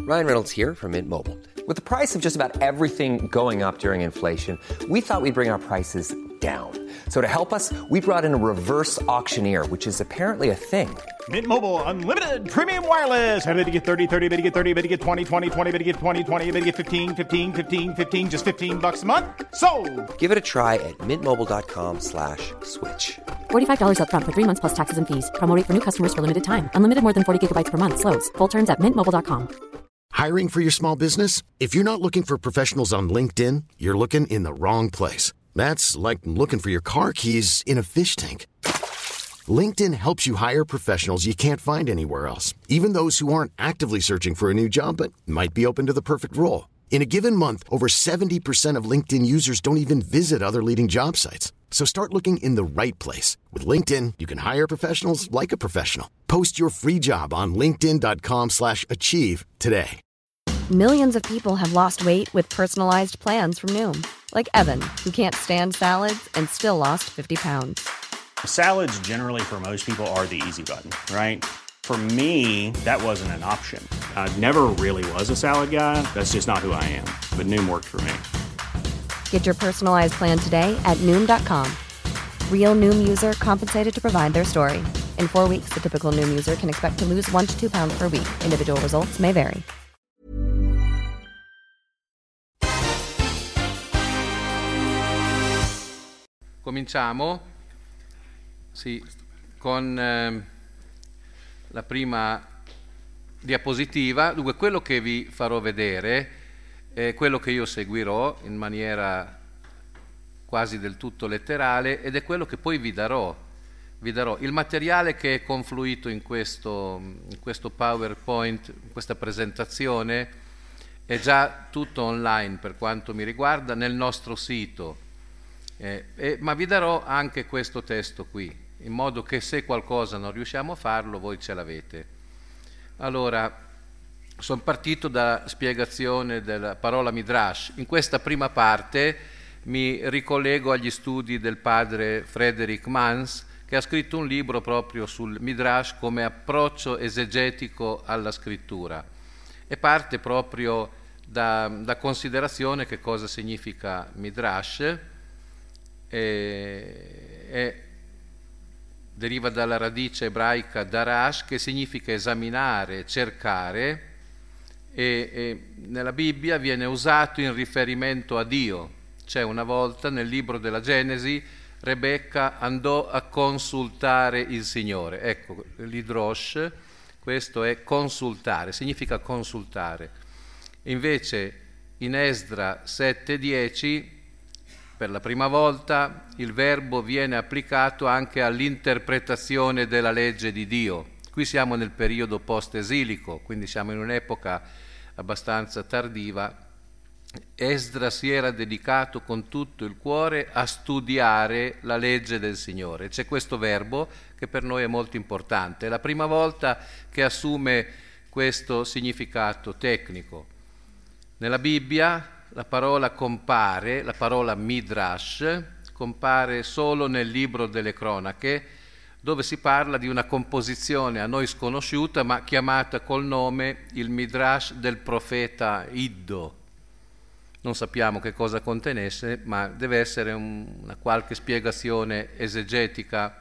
Ryan Reynolds here from Mint Mobile. With the price of just about everything going up during inflation, we thought we'd bring our prices down. So to help us, we brought in a reverse auctioneer, which is apparently a thing. Mint Mobile Unlimited Premium Wireless. How to get 30, 30, bit to get 30, bit to get 20, 20, 20, bit to get 20, 20, bit to get 15, 15, 15, 15, just $15 a month? Sold! Give it a try at mintmobile.com/switch. $45 up front for 3 months plus taxes and fees. Promo rate for new customers for limited time. Unlimited more than 40 gigabytes per month. Slows full terms at mintmobile.com. Hiring for your small business? If you're not looking for professionals on LinkedIn, you're looking in the wrong place. That's like looking for your car keys in a fish tank. LinkedIn helps you hire professionals you can't find anywhere else, even those who aren't actively searching for a new job but might be open to the perfect role. In a given month, over 70% of LinkedIn users don't even visit other leading job sites. So start looking in the right place. With LinkedIn, you can hire professionals like a professional. Post your free job on linkedin.com/achieve today. Millions of people have lost weight with personalized plans from Noom. Like Evan, who can't stand salads and still lost 50 pounds. Salads generally for most people are the easy button, right? For me, that wasn't an option. I never really was a salad guy. That's just not who I am. But Noom worked for me. Get your personalized plan today at Noom.com. Real Noom user compensated to provide their story. In 4 weeks, the typical Noom user can expect to lose 1 to 2 pounds per week. Individual results may vary. Cominciamo? Sì, con la prima diapositiva. Dunque, quello che vi farò vedere è quello che io seguirò in maniera quasi del tutto letterale ed è quello che poi vi darò. Il materiale che è confluito in questo PowerPoint, in questa presentazione, è già tutto online per quanto mi riguarda nel nostro sito. Ma vi darò anche questo testo qui, in modo che se qualcosa non riusciamo a farlo, voi ce l'avete. Allora, sono partito dalla spiegazione della parola Midrash. In questa prima parte mi ricollego agli studi del padre Frederick Mans, che ha scritto un libro proprio sul Midrash come approccio esegetico alla scrittura, e parte proprio da considerazione che cosa significa Midrash. Deriva dalla radice ebraica darash, che significa esaminare, cercare, e nella Bibbia viene usato in riferimento a Dio. C'è una volta nel libro della Genesi, Rebecca andò a consultare il Signore. Ecco, l'idrosh, questo è consultare, significa consultare. Invece in Esdra 7:10 per la prima volta il verbo viene applicato anche all'interpretazione della legge di Dio. Qui siamo nel periodo post-esilico, quindi siamo in un'epoca abbastanza tardiva. Esdra si era dedicato con tutto il cuore a studiare la legge del Signore. C'è questo verbo che per noi è molto importante. È la prima volta che assume questo significato tecnico. Nella Bibbia la parola compare, la parola Midrash, compare solo nel libro delle Cronache, dove si parla di una composizione a noi sconosciuta, ma chiamata col nome il Midrash del profeta Iddo. Non sappiamo che cosa contenesse, ma deve essere una qualche spiegazione esegetica.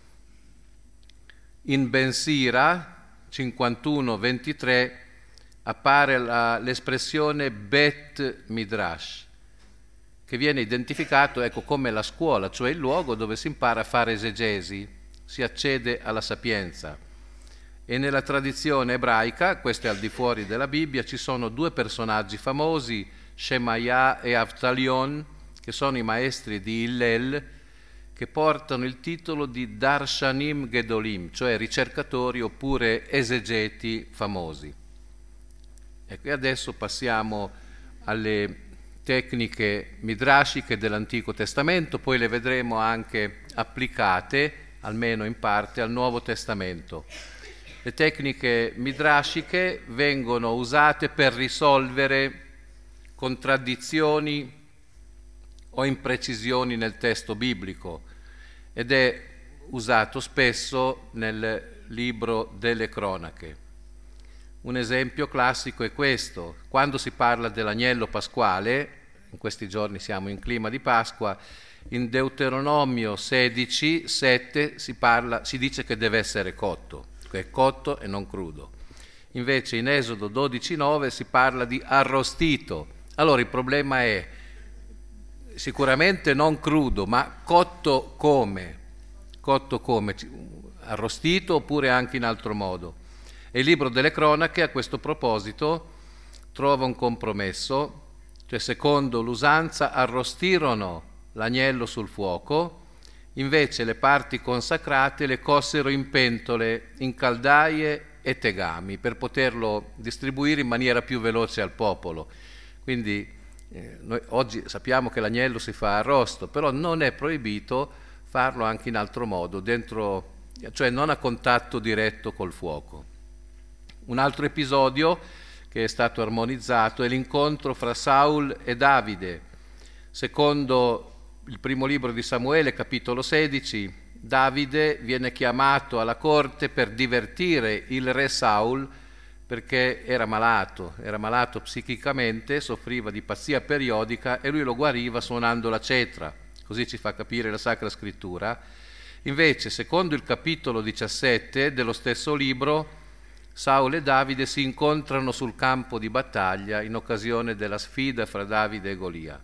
In Ben Sira 51:23 appare l'espressione Bet Midrash, che viene identificato, ecco, come la scuola, cioè il luogo dove si impara a fare esegesi, si accede alla sapienza. E nella tradizione ebraica, questo è al di fuori della Bibbia, ci sono 2 personaggi famosi, Shemaiah e Avtalion, che sono i maestri di Hillel, che portano il titolo di Darshanim Gedolim, cioè ricercatori oppure esegeti famosi. Ecco, e adesso passiamo alle tecniche midrashiche dell'Antico Testamento, poi le vedremo anche applicate, almeno in parte, al Nuovo Testamento. Le tecniche midrashiche vengono usate per risolvere contraddizioni o imprecisioni nel testo biblico ed è usato spesso nel libro delle Cronache. Un esempio classico è questo: quando si parla dell'agnello pasquale, in questi giorni siamo in clima di Pasqua, in Deuteronomio 16:7 si dice che deve essere cotto, che è cotto e non crudo. Invece in Esodo 12:9 si parla di arrostito. Allora il problema è sicuramente non crudo, ma cotto come? Cotto come? Arrostito oppure anche in altro modo? E il libro delle cronache a questo proposito trova un compromesso, cioè secondo l'usanza arrostirono l'agnello sul fuoco, invece le parti consacrate le cossero in pentole, in caldaie e tegami per poterlo distribuire in maniera più veloce al popolo. Quindi noi oggi sappiamo che l'agnello si fa arrosto, però non è proibito farlo anche in altro modo, dentro, cioè non a contatto diretto col fuoco. Un altro episodio che è stato armonizzato è l'incontro fra Saul e Davide. Secondo il primo libro di Samuele, capitolo 16, Davide viene chiamato alla corte per divertire il re Saul perché era malato psichicamente, soffriva di pazzia periodica e lui lo guariva suonando la cetra, così ci fa capire la Sacra Scrittura. Invece, secondo il capitolo 17 dello stesso libro, Saul e Davide si incontrano sul campo di battaglia in occasione della sfida fra Davide e Golia.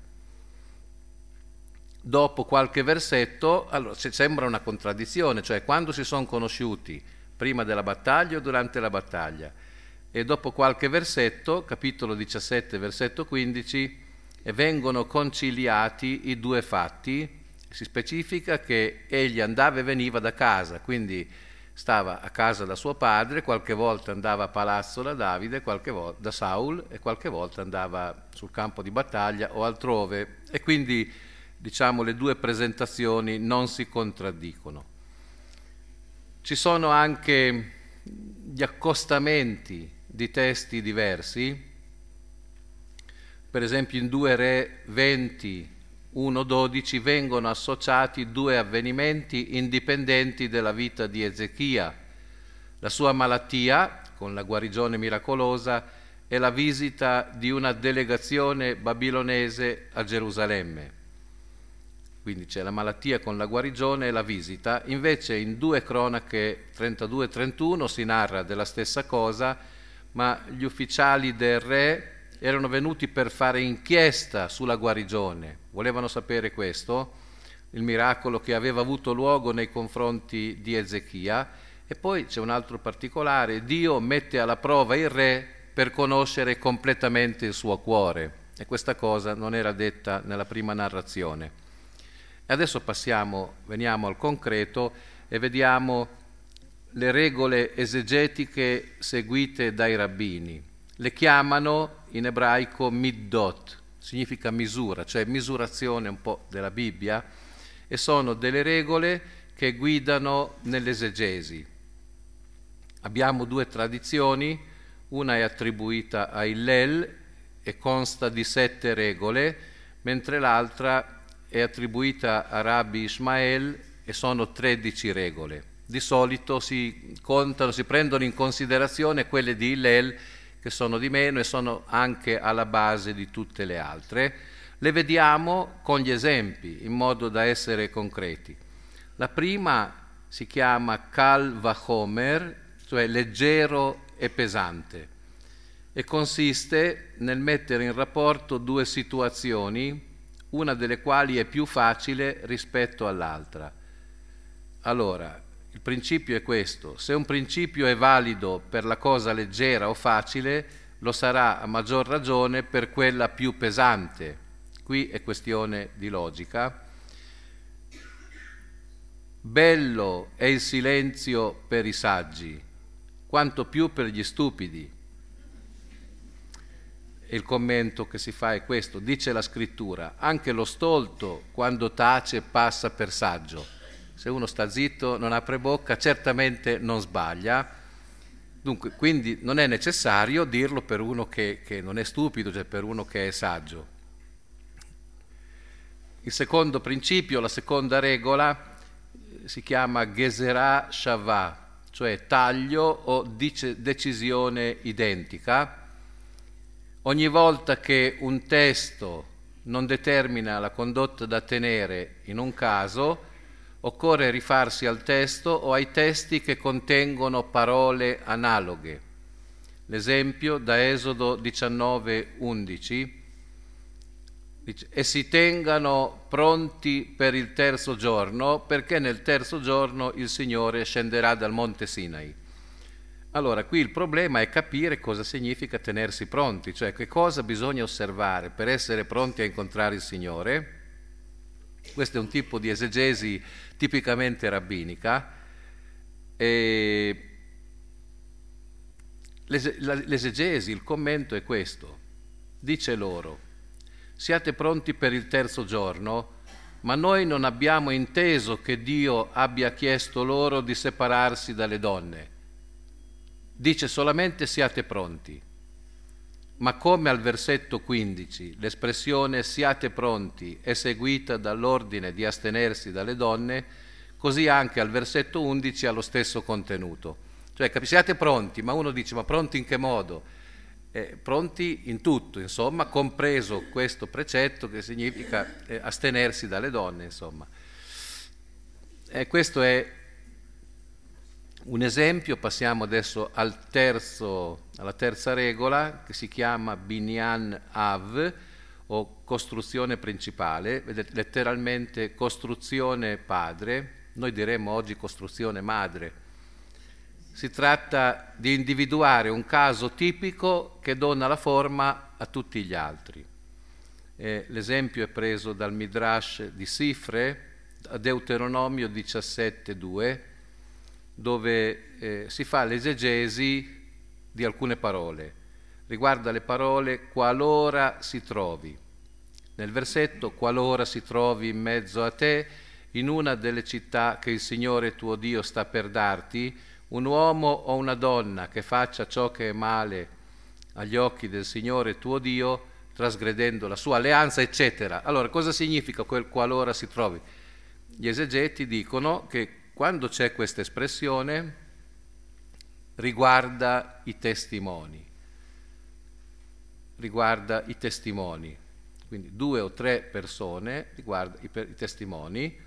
Dopo qualche versetto, allora sembra una contraddizione, cioè quando si sono conosciuti, prima della battaglia o durante la battaglia, e dopo qualche versetto, capitolo 17, versetto 15, e vengono conciliati i due fatti, si specifica che egli andava e veniva da casa, quindi stava a casa da suo padre, qualche volta andava a palazzo da Davide, qualche volta da Saul, e qualche volta andava sul campo di battaglia o altrove, e quindi diciamo le due presentazioni non si contraddicono. Ci sono anche gli accostamenti di testi diversi, per esempio in 2 Re 20, 1:12 vengono associati 2 avvenimenti indipendenti della vita di Ezechia: la sua malattia, con la guarigione miracolosa, e la visita di una delegazione babilonese a Gerusalemme. Quindi c'è la malattia con la guarigione e la visita. Invece in 2 Cronache 32-31 si narra della stessa cosa, ma gli ufficiali del re erano venuti per fare inchiesta sulla guarigione, volevano sapere questo, il miracolo che aveva avuto luogo nei confronti di Ezechia. E poi c'è un altro particolare: Dio mette alla prova il re per conoscere completamente il suo cuore, e questa cosa non era detta nella prima narrazione. E adesso veniamo al concreto e vediamo le regole esegetiche seguite dai rabbini. Le chiamano in ebraico middot, significa misura, cioè misurazione un po' della Bibbia, e sono delle regole che guidano nell'esegesi. Abbiamo 2 tradizioni, una è attribuita a Hillel e consta di 7 regole, mentre l'altra è attribuita a Rabbi Ishmael e sono 13 regole. Di solito si prendono in considerazione quelle di Hillel, che sono di meno e sono anche alla base di tutte le altre. Le vediamo con gli esempi, in modo da essere concreti. La prima si chiama Kal Vachomer, cioè leggero e pesante, e consiste nel mettere in rapporto 2 situazioni, una delle quali è più facile rispetto all'altra. Allora, il principio è questo: se un principio è valido per la cosa leggera o facile, lo sarà a maggior ragione per quella più pesante. Qui è questione di logica. Bello è il silenzio per i saggi, quanto più per gli stupidi. E il commento che si fa è questo: dice la Scrittura, anche lo stolto quando tace passa per saggio. Se uno sta zitto, non apre bocca, certamente non sbaglia. Dunque, quindi non è necessario dirlo per uno che non è stupido, cioè per uno che è saggio. Il secondo principio, la seconda regola, si chiama Gezerah Shavah, cioè taglio o decisione identica. Ogni volta che un testo non determina la condotta da tenere in un caso, occorre rifarsi al testo o ai testi che contengono parole analoghe. L'esempio da Esodo 19:11 dice: e si tengano pronti per il terzo giorno, perché nel terzo giorno il Signore scenderà dal monte Sinai. Allora, qui il problema è capire cosa significa tenersi pronti, cioè che cosa bisogna osservare per essere pronti a incontrare il Signore. Questo è un tipo di esegesi tipicamente rabbinica. L'esegesi, il commento è questo. Dice loro: siate pronti per il terzo giorno, ma noi non abbiamo inteso che Dio abbia chiesto loro di separarsi dalle donne. Dice solamente siate pronti. Ma come al versetto 15 l'espressione siate pronti è seguita dall'ordine di astenersi dalle donne, così anche al versetto 11 ha lo stesso contenuto. Cioè siate pronti, ma uno dice: ma pronti in che modo? Pronti in tutto, insomma, compreso questo precetto che significa astenersi dalle donne, insomma. Questo è un esempio. Passiamo adesso alla terza regola, che si chiama Binyan Av, o costruzione principale, vedete, letteralmente costruzione padre, noi diremmo oggi costruzione madre. Si tratta di individuare un caso tipico che dona la forma a tutti gli altri. L'esempio è preso dal Midrash di Sifre, Deuteronomio 17:2, dove si fa l'esegesi di alcune parole. Riguarda le parole qualora si trovi. Nel versetto qualora si trovi in mezzo a te, in una delle città che il Signore tuo Dio sta per darti, un uomo o una donna che faccia ciò che è male agli occhi del Signore tuo Dio, trasgredendo la sua alleanza, eccetera. Allora, cosa significa quel qualora si trovi? Gli esegeti dicono che quando c'è questa espressione riguarda i testimoni. Riguarda i testimoni. Quindi 2 o 3 persone, riguarda i testimoni,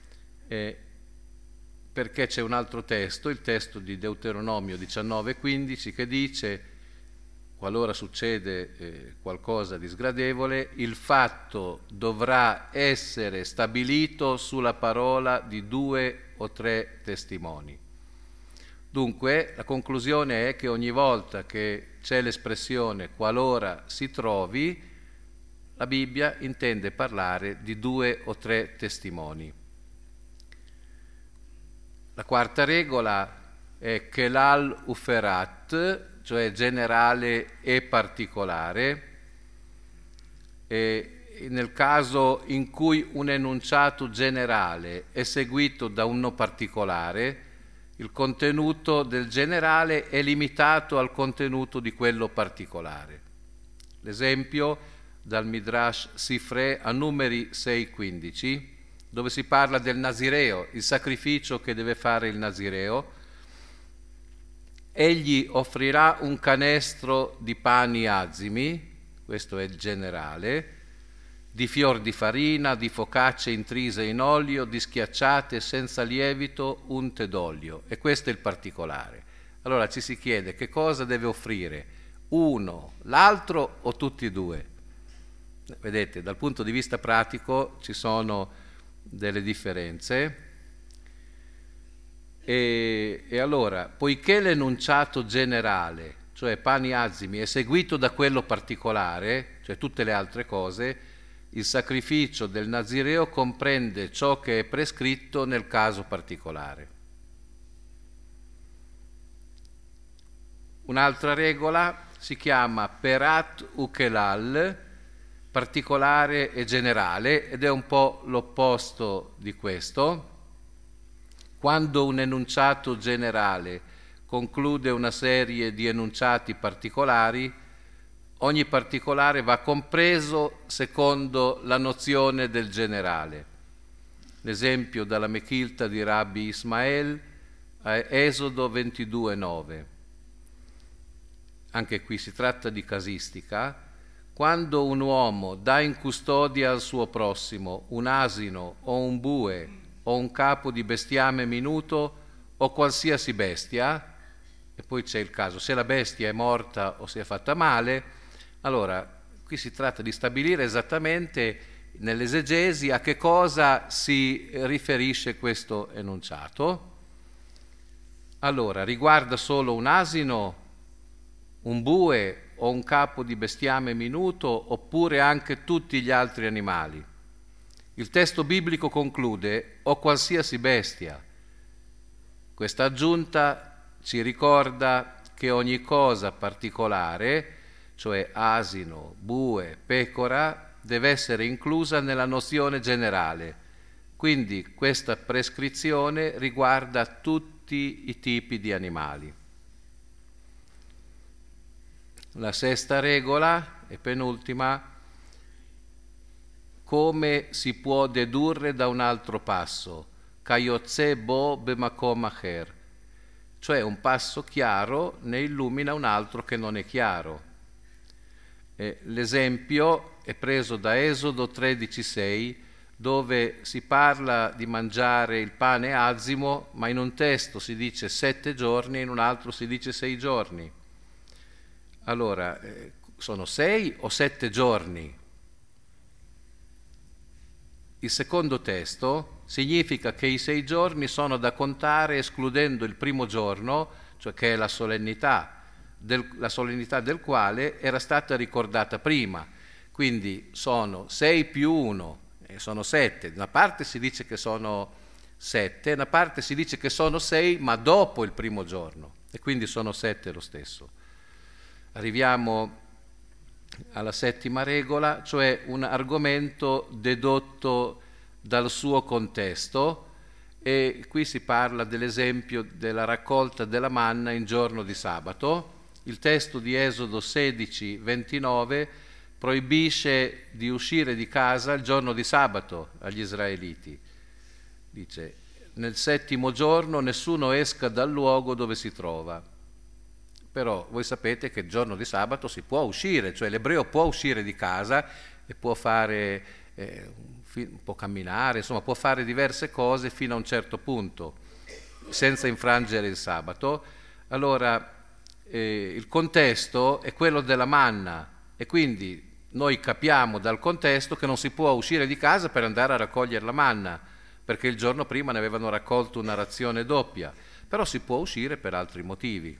perché c'è un altro testo, il testo di Deuteronomio 19:15, che dice: qualora succede qualcosa di sgradevole, il fatto dovrà essere stabilito sulla parola di 2 o 3 testimoni. Dunque, la conclusione è che ogni volta che c'è l'espressione qualora si trovi, la Bibbia intende parlare di 2 o 3 testimoni. La quarta regola è Kelal Uferat, cioè generale e particolare, e nel caso in cui un enunciato generale è seguito da uno particolare, il contenuto del generale è limitato al contenuto di quello particolare. L'esempio dal Midrash Sifre a Numeri 6:15, dove si parla del Nazireo, il sacrificio che deve fare il Nazireo. Egli offrirà un canestro di pani azimi, questo è il generale, di fior di farina, di focacce intrise in olio, di schiacciate senza lievito unte d'olio. E questo è il particolare. Allora ci si chiede che cosa deve offrire, uno, l'altro o tutti e due? Vedete, dal punto di vista pratico ci sono delle differenze. E allora, poiché l'enunciato generale, cioè pani azimi, è seguito da quello particolare, cioè tutte le altre cose, il sacrificio del Nazireo comprende ciò che è prescritto nel caso particolare. Un'altra regola si chiama Perat Ukelal, particolare e generale, ed è un po' l'opposto di questo. Quando un enunciato generale conclude una serie di enunciati particolari, ogni particolare va compreso secondo la nozione del generale. L'esempio dalla Mechilta di Rabbi Ismael a Esodo 22,9. Anche qui si tratta di casistica. Quando un uomo dà in custodia al suo prossimo un asino o un bue o un capo di bestiame minuto o qualsiasi bestia, e poi c'è il caso se la bestia è morta o si è fatta male, allora qui si tratta di stabilire esattamente nell'esegesi a che cosa si riferisce questo enunciato. Allora, riguarda solo un asino, un bue o un capo di bestiame minuto, oppure anche tutti gli altri animali? Il testo biblico conclude o qualsiasi bestia. Questa aggiunta ci ricorda che ogni cosa particolare, cioè asino, bue, pecora, deve essere inclusa nella nozione generale. Quindi questa prescrizione riguarda tutti i tipi di animali. La sesta regola e penultima: come si può dedurre da un altro passo, kayotze bo bemakom acher, cioè un passo chiaro ne illumina un altro che non è chiaro. L'esempio è preso da Esodo 13,6, dove si parla di mangiare il pane azimo, ma in un testo si dice 7 giorni e in un altro si dice 6 giorni. Allora, sono 6 o 7 giorni? Il secondo testo significa che i 6 giorni sono da contare escludendo il primo giorno, cioè che è la solennità del quale era stata ricordata prima. Quindi sono 6 più 1, sono 7. Da una parte si dice che sono 7, da una parte si dice che sono 6, ma dopo il primo giorno, e quindi sono 7 lo stesso. Arriviamo alla settima regola, cioè un argomento dedotto dal suo contesto, e qui si parla dell'esempio della raccolta della manna in giorno di sabato. Il testo di Esodo 16:29 proibisce di uscire di casa il giorno di sabato agli israeliti. Dice: nel 7° giorno nessuno esca dal luogo dove si trova. Però voi sapete che il giorno di sabato si può uscire, cioè l'ebreo può uscire di casa e può fare, può camminare, insomma può fare diverse cose fino a un certo punto, senza infrangere il sabato. Allora il contesto è quello della manna, e quindi noi capiamo dal contesto che non si può uscire di casa per andare a raccogliere la manna, perché il giorno prima ne avevano raccolto una razione doppia, però si può uscire per altri motivi.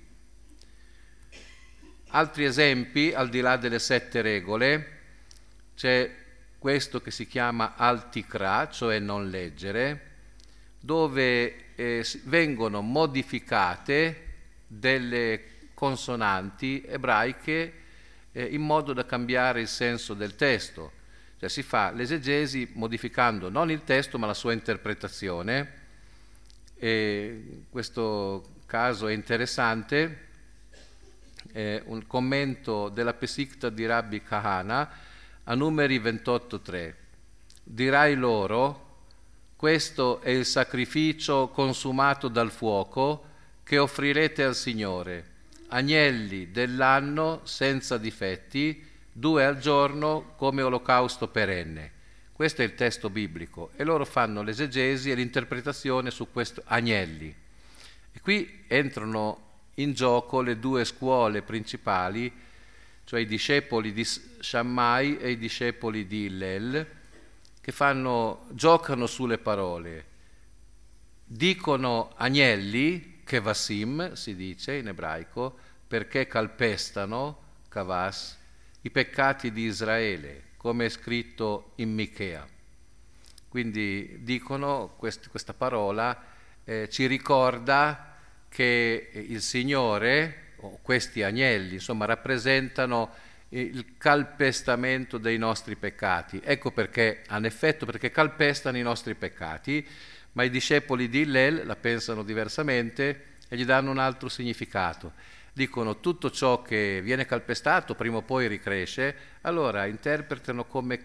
Altri esempi, al di là delle 7 regole, c'è questo che si chiama al-tikra, cioè non leggere, dove vengono modificate delle consonanti ebraiche in modo da cambiare il senso del testo. Cioè si fa l'esegesi modificando non il testo ma la sua interpretazione. E questo caso è interessante. Un commento della Pesikta di Rabbi Kahana a Numeri 28:3. Dirai loro: questo è il sacrificio consumato dal fuoco che offrirete al Signore, agnelli dell'anno senza difetti, 2 al giorno come olocausto perenne. Questo è il testo biblico, e loro fanno l'esegesi e l'interpretazione su questo agnelli. E qui entrano in gioco le 2 scuole principali, cioè i discepoli di Shammai e i discepoli di Hillel, che giocano sulle parole. Dicono agnelli, kevasim si dice in ebraico, perché calpestano, kavas, i peccati di Israele, come è scritto in Michea. Quindi dicono, questa parola ci ricorda che il Signore, o questi agnelli, insomma, rappresentano il calpestamento dei nostri peccati. Ecco perché hanno effetto, perché calpestano i nostri peccati, ma i discepoli di Hillel la pensano diversamente e gli danno un altro significato. Dicono tutto ciò che viene calpestato prima o poi ricresce, allora interpretano come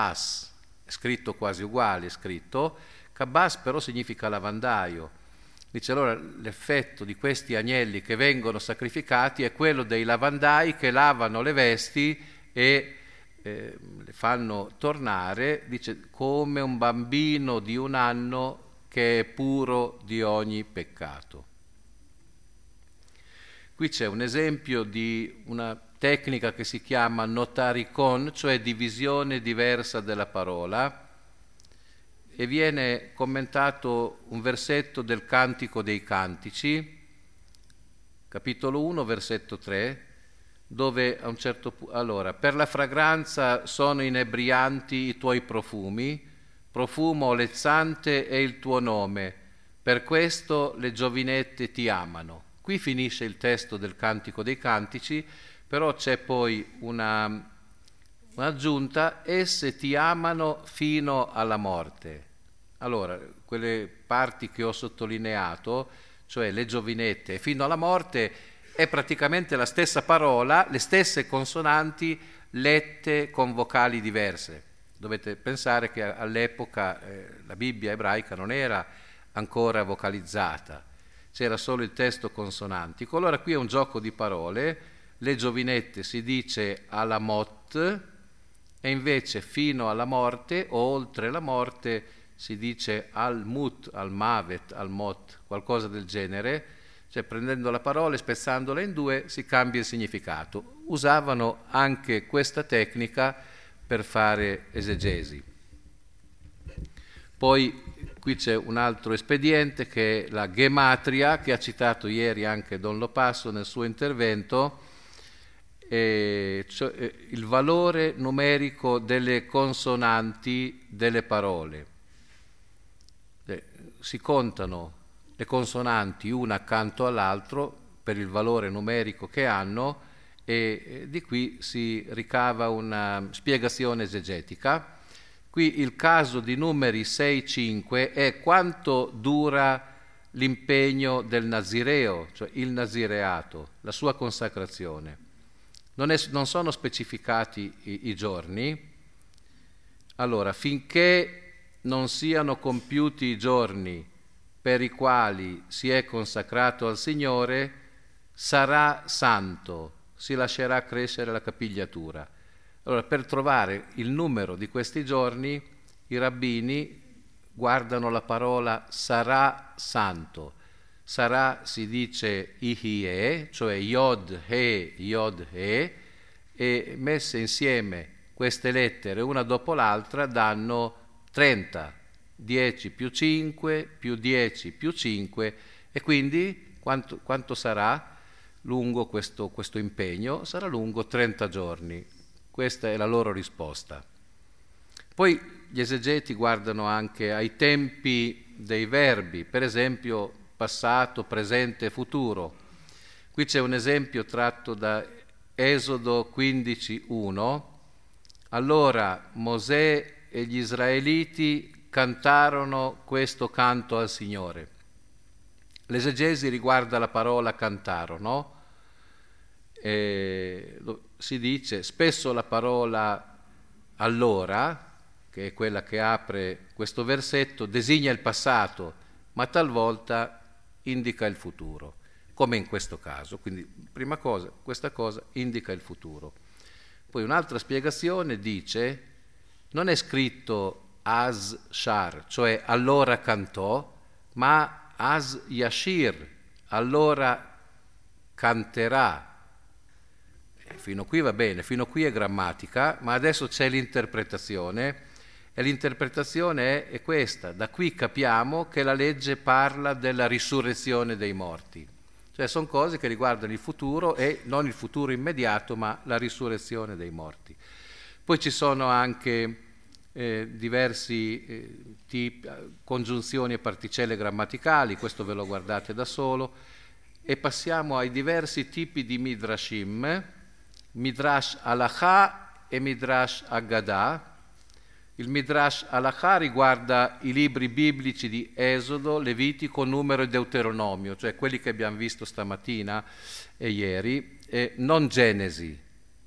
kabbas, è scritto quasi uguale, kabbas però significa lavandaio. Dice allora l'effetto di questi agnelli che vengono sacrificati è quello dei lavandai che lavano le vesti e le fanno tornare, dice, come un bambino di 1 anno che è puro di ogni peccato. Qui c'è un esempio di una tecnica che si chiama notaricon, cioè divisione diversa della parola, e viene commentato un versetto del Cantico dei Cantici, capitolo 1, versetto 3, dove a un certo punto, allora, per la fragranza sono inebrianti i tuoi profumi, profumo olezzante è il tuo nome, per questo le giovinette ti amano. Qui finisce il testo del Cantico dei Cantici, però c'è poi un'aggiunta, esse ti amano fino alla morte. Allora, quelle parti che ho sottolineato, cioè le giovinette fino alla morte, è praticamente la stessa parola, le stesse consonanti lette con vocali diverse. Dovete pensare che all'epoca la Bibbia ebraica non era ancora vocalizzata, c'era solo il testo consonantico. Allora qui è un gioco di parole, le giovinette si dice alamot e invece fino alla morte o oltre la morte si dice al-mut, al-mavet, al-mot, qualcosa del genere, cioè prendendo la parola e spezzandola in due si cambia il significato. Usavano anche questa tecnica per fare esegesi. Poi qui c'è un altro espediente che è la gematria, che ha citato ieri anche Don Lopasso nel suo intervento, cioè il valore numerico delle consonanti delle parole. Si contano le consonanti una accanto all'altro per il valore numerico che hanno e di qui si ricava una spiegazione esegetica. Qui il caso di numeri 6-5 è quanto dura l'impegno del nazireo, cioè il nazireato, la sua consacrazione. Non sono specificati i giorni. Allora, finché non siano compiuti i giorni per i quali si è consacrato al Signore, sarà santo, si lascerà crescere la capigliatura. Allora, per trovare il numero di questi giorni, i rabbini guardano la parola sarà santo. Sarà si dice ihie, cioè yod he, e messe insieme queste lettere una dopo l'altra danno 30, 10 più 5 più 10 più 5 e quindi quanto sarà lungo questo impegno? Sarà lungo 30 giorni. Questa è la loro risposta. Poi gli esegeti guardano anche ai tempi dei verbi, per esempio passato, presente e futuro. Qui c'è un esempio tratto da Esodo 15:1. Allora Mosè e gli israeliti cantarono questo canto al Signore. L'esegesi riguarda la parola cantarono. Si dice spesso la parola allora, che è quella che apre questo versetto, designa il passato, ma talvolta indica il futuro, come in questo caso. Quindi, prima cosa, questa cosa indica il futuro. Poi un'altra spiegazione dice, non è scritto as shar, cioè allora cantò, ma as yashir, allora canterà. Fino qui va bene, fino qui è grammatica, ma adesso c'è l'interpretazione e l'interpretazione è questa. Da qui capiamo che la legge parla della risurrezione dei morti, cioè sono cose che riguardano il futuro e non il futuro immediato, ma la risurrezione dei morti. Poi ci sono anche diversi tipi, congiunzioni e particelle grammaticali, questo ve lo guardate da solo, e passiamo ai diversi tipi di midrashim, Midrash Halakha e Midrash Aggadah. Il Midrash Halakha riguarda i libri biblici di Esodo, Levitico, Numero e Deuteronomio, cioè quelli che abbiamo visto stamattina e ieri, e non Genesi.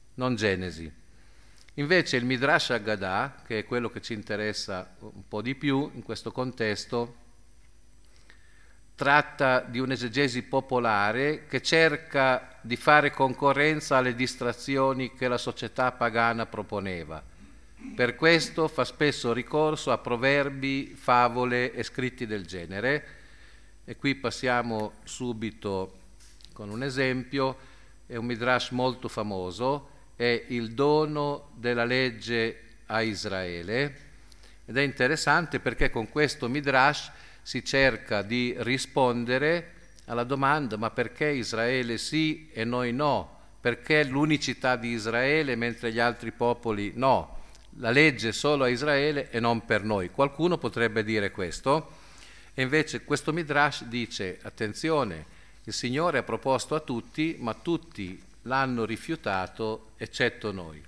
Invece il Midrash Aggadah, che è quello che ci interessa un po' di più in questo contesto, tratta di un'esegesi popolare che cerca di fare concorrenza alle distrazioni che la società pagana proponeva. Per questo fa spesso ricorso a proverbi, favole e scritti del genere. E qui passiamo subito con un esempio. È un midrash molto famoso, è il dono della legge a Israele, ed è interessante perché con questo midrash si cerca di rispondere alla domanda: ma perché Israele sì e noi no? Perché l'unicità di Israele mentre gli altri popoli no? La legge solo a Israele e non per noi. Qualcuno potrebbe dire questo, e invece questo midrash dice: attenzione, il Signore ha proposto a tutti, ma tutti l'hanno rifiutato eccetto noi.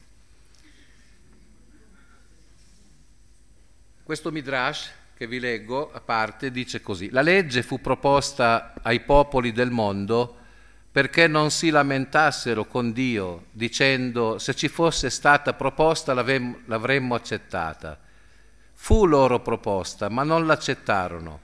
Questo midrash che vi leggo a parte dice così: la legge fu proposta ai popoli del mondo perché non si lamentassero con Dio dicendo: se ci fosse stata proposta l'avremmo accettata. Fu loro proposta, ma non l'accettarono.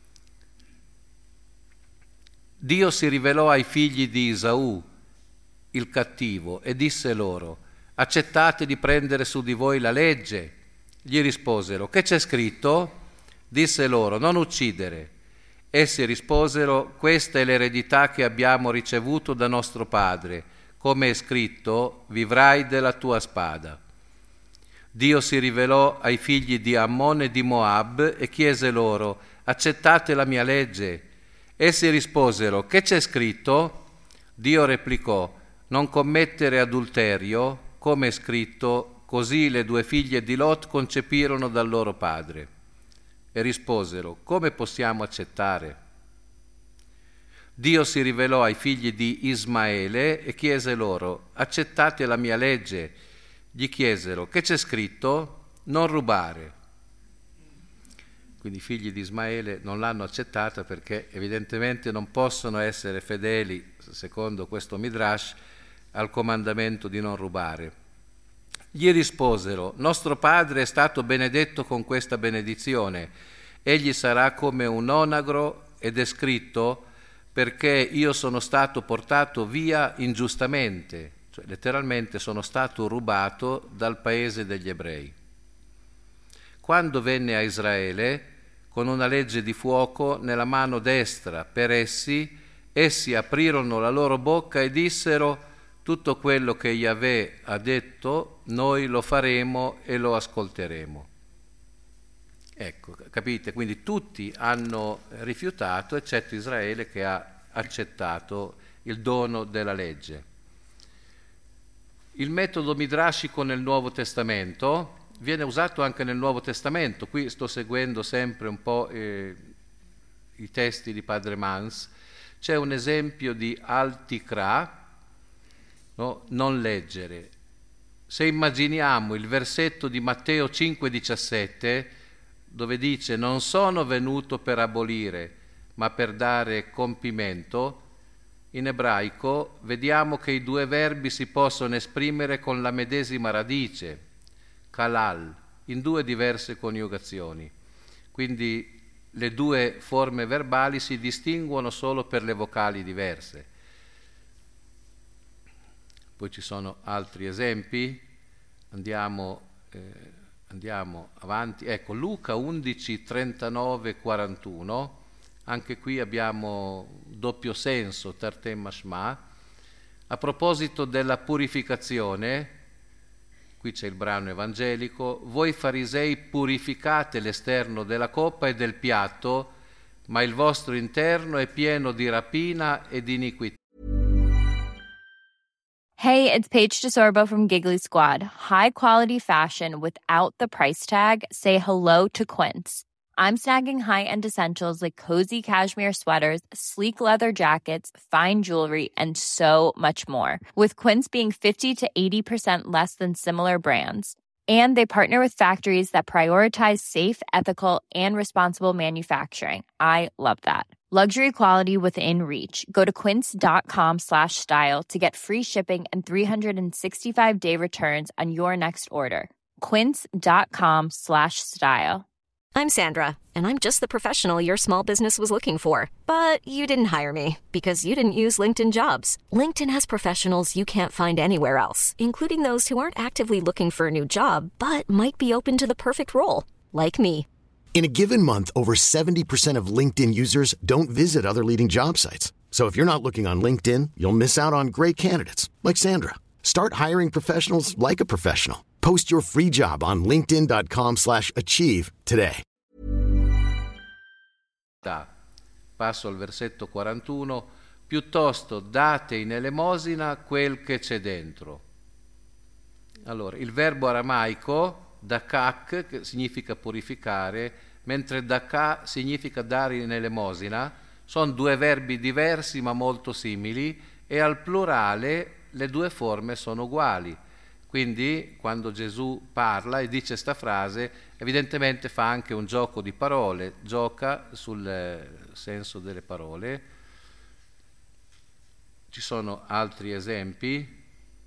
Dio si rivelò ai figli di Esaù, il cattivo, e disse loro: accettate di prendere su di voi la legge? Gli risposero: che c'è scritto? Disse loro: non uccidere. Essi risposero: questa è l'eredità che abbiamo ricevuto da nostro padre, come è scritto: vivrai della tua spada. Dio si rivelò ai figli di Ammon e di Moab e chiese loro: accettate la mia legge? Essi risposero: che c'è scritto? Dio replicò: non commettere adulterio, come è scritto: così le due figlie di Lot concepirono dal loro padre. E risposero: come possiamo accettare? Dio si rivelò ai figli di Ismaele e chiese loro: accettate la mia legge? Gli chiesero: che c'è scritto? Non rubare. Quindi i figli di Ismaele non l'hanno accettata perché evidentemente non possono essere fedeli, secondo questo midrash, al comandamento di non rubare. Gli risposero: nostro padre è stato benedetto con questa benedizione, egli sarà come un onagro, ed è scritto: perché io sono stato portato via ingiustamente, cioè letteralmente sono stato rubato dal paese degli ebrei. Quando venne a Israele con una legge di fuoco nella mano destra per essi aprirono la loro bocca e dissero: tutto quello che Yahweh ha detto noi lo faremo e lo ascolteremo. Ecco, capite? Quindi tutti hanno rifiutato, eccetto Israele che ha accettato il dono della legge. Il metodo midrashico nel Nuovo Testamento viene usato anche nel Nuovo Testamento. Qui sto seguendo sempre un po' i testi di Padre Mans. C'è un esempio di Al-Tikra, no? Non leggere. Se immaginiamo il versetto di Matteo 5,17, dove dice: non sono venuto per abolire, ma per dare compimento, in ebraico vediamo che i due verbi si possono esprimere con la medesima radice, kalal, in due diverse coniugazioni. Quindi le due forme verbali si distinguono solo per le vocali diverse. Poi ci sono altri esempi, andiamo avanti. Ecco, Luca 11, 39, 41, anche qui abbiamo doppio senso, tarte mashma. A proposito della purificazione, qui c'è il brano evangelico: voi farisei purificate l'esterno della coppa e del piatto, ma il vostro interno è pieno di rapina e di iniquità. Hey, it's Paige DeSorbo from Giggly Squad. High quality fashion without the price tag. Say hello to Quince. I'm snagging high-end essentials like cozy cashmere sweaters, sleek leather jackets, fine jewelry, and so much more. With Quince being 50 to 80% less than similar brands. And they partner with factories that prioritize safe, ethical, and responsible manufacturing. I love that. Luxury quality within reach. Go to quince.com/style to get free shipping and 365-day returns on your next order. Quince.com/style. I'm Sandra, and I'm just the professional your small business was looking for. But you didn't hire me because you didn't use LinkedIn Jobs. LinkedIn has professionals you can't find anywhere else, including those who aren't actively looking for a new job, but might be open to the perfect role, like me. In a given month, over 70% of LinkedIn users don't visit other leading job sites. So if you're not looking on LinkedIn, you'll miss out on great candidates like Sandra. Start hiring professionals like a professional. Post your free job on linkedin.com/achieve today. Passo al versetto 41. Piuttosto date in elemosina quel che c'è dentro. Allora, il verbo aramaico dakak, che significa purificare, mentre daka significa dare in elemosina, sono due verbi diversi ma molto simili, e al plurale le due forme sono uguali. Quindi quando Gesù parla e dice sta frase, evidentemente fa anche un gioco di parole, gioca sul senso delle parole. Ci sono altri esempi.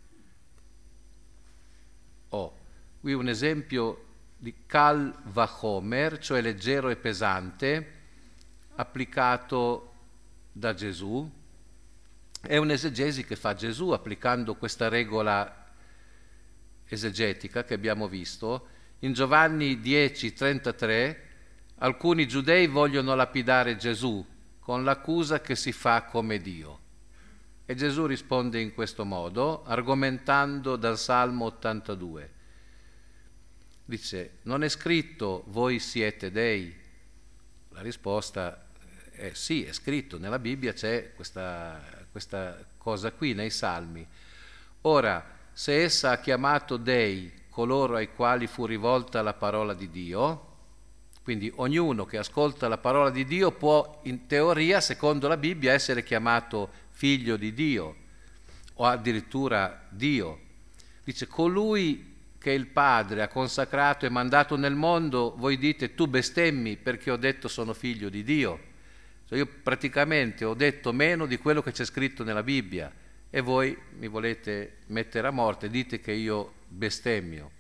Qui un esempio di kal vachomer, cioè leggero e pesante, applicato da Gesù. È un'esegesi che fa Gesù applicando questa regola esegetica che abbiamo visto. In Giovanni 10:33 alcuni giudei vogliono lapidare Gesù con l'accusa che si fa come Dio. E Gesù risponde in questo modo, argomentando dal Salmo 82. Dice, non è scritto voi siete dei? La risposta è sì, è scritto, nella Bibbia c'è questa cosa qui, nei Salmi. Ora, se essa ha chiamato dei coloro ai quali fu rivolta la parola di Dio, quindi ognuno che ascolta la parola di Dio può, in teoria, secondo la Bibbia, essere chiamato figlio di Dio o addirittura Dio. Dice, colui che il Padre ha consacrato e mandato nel mondo, voi dite tu bestemmi perché ho detto sono figlio di Dio. Cioè io praticamente ho detto meno di quello che c'è scritto nella Bibbia e voi mi volete mettere a morte, dite che io bestemmio.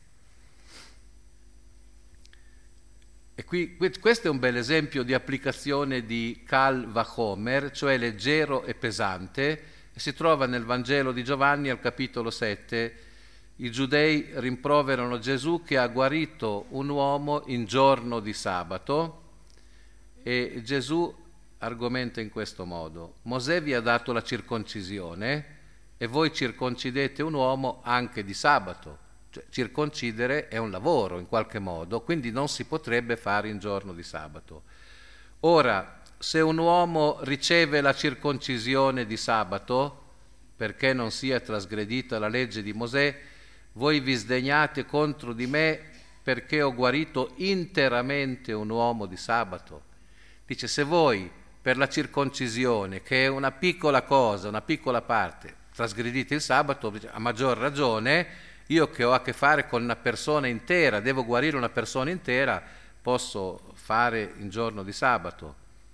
E questo è un bel esempio di applicazione di kal vachomer, cioè leggero e pesante, e si trova nel Vangelo di Giovanni al capitolo 7. I giudei rimproverano Gesù che ha guarito un uomo in giorno di sabato e Gesù argomenta in questo modo: Mosè vi ha dato la circoncisione e voi circoncidete un uomo anche di sabato. Cioè, circoncidere è un lavoro in qualche modo, quindi non si potrebbe fare in giorno di sabato. Ora, se un uomo riceve la circoncisione di sabato, perché non sia trasgredita la legge di Mosè, voi vi sdegnate contro di me perché ho guarito interamente un uomo di sabato. Dice, se voi per la circoncisione, che è una piccola cosa, una piccola parte, trasgredite il sabato, a maggior ragione io che ho a che fare con una persona intera, devo guarire una persona intera, posso fare in giorno di sabato.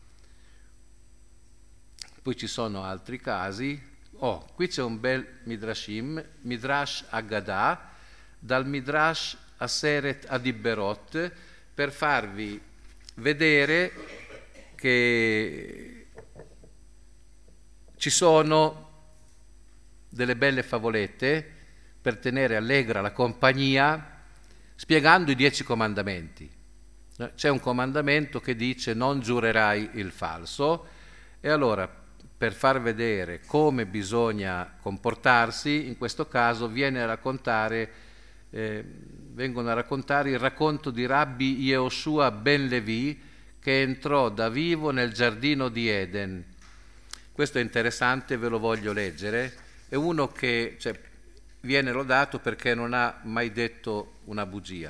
Poi ci sono altri casi. Qui c'è un bel Midrashim, Midrash Aggadah, dal Midrash Aseret Adibberot, per farvi vedere che ci sono delle belle favolette per tenere allegra la compagnia, spiegando i 10 comandamenti. C'è un comandamento che dice non giurerai il falso, e allora per far vedere come bisogna comportarsi, in questo caso vengono a raccontare il racconto di Rabbi Yehoshua ben Levi, che entrò da vivo nel giardino di Eden. Questo è interessante, ve lo voglio leggere. È uno che viene lodato perché non ha mai detto una bugia.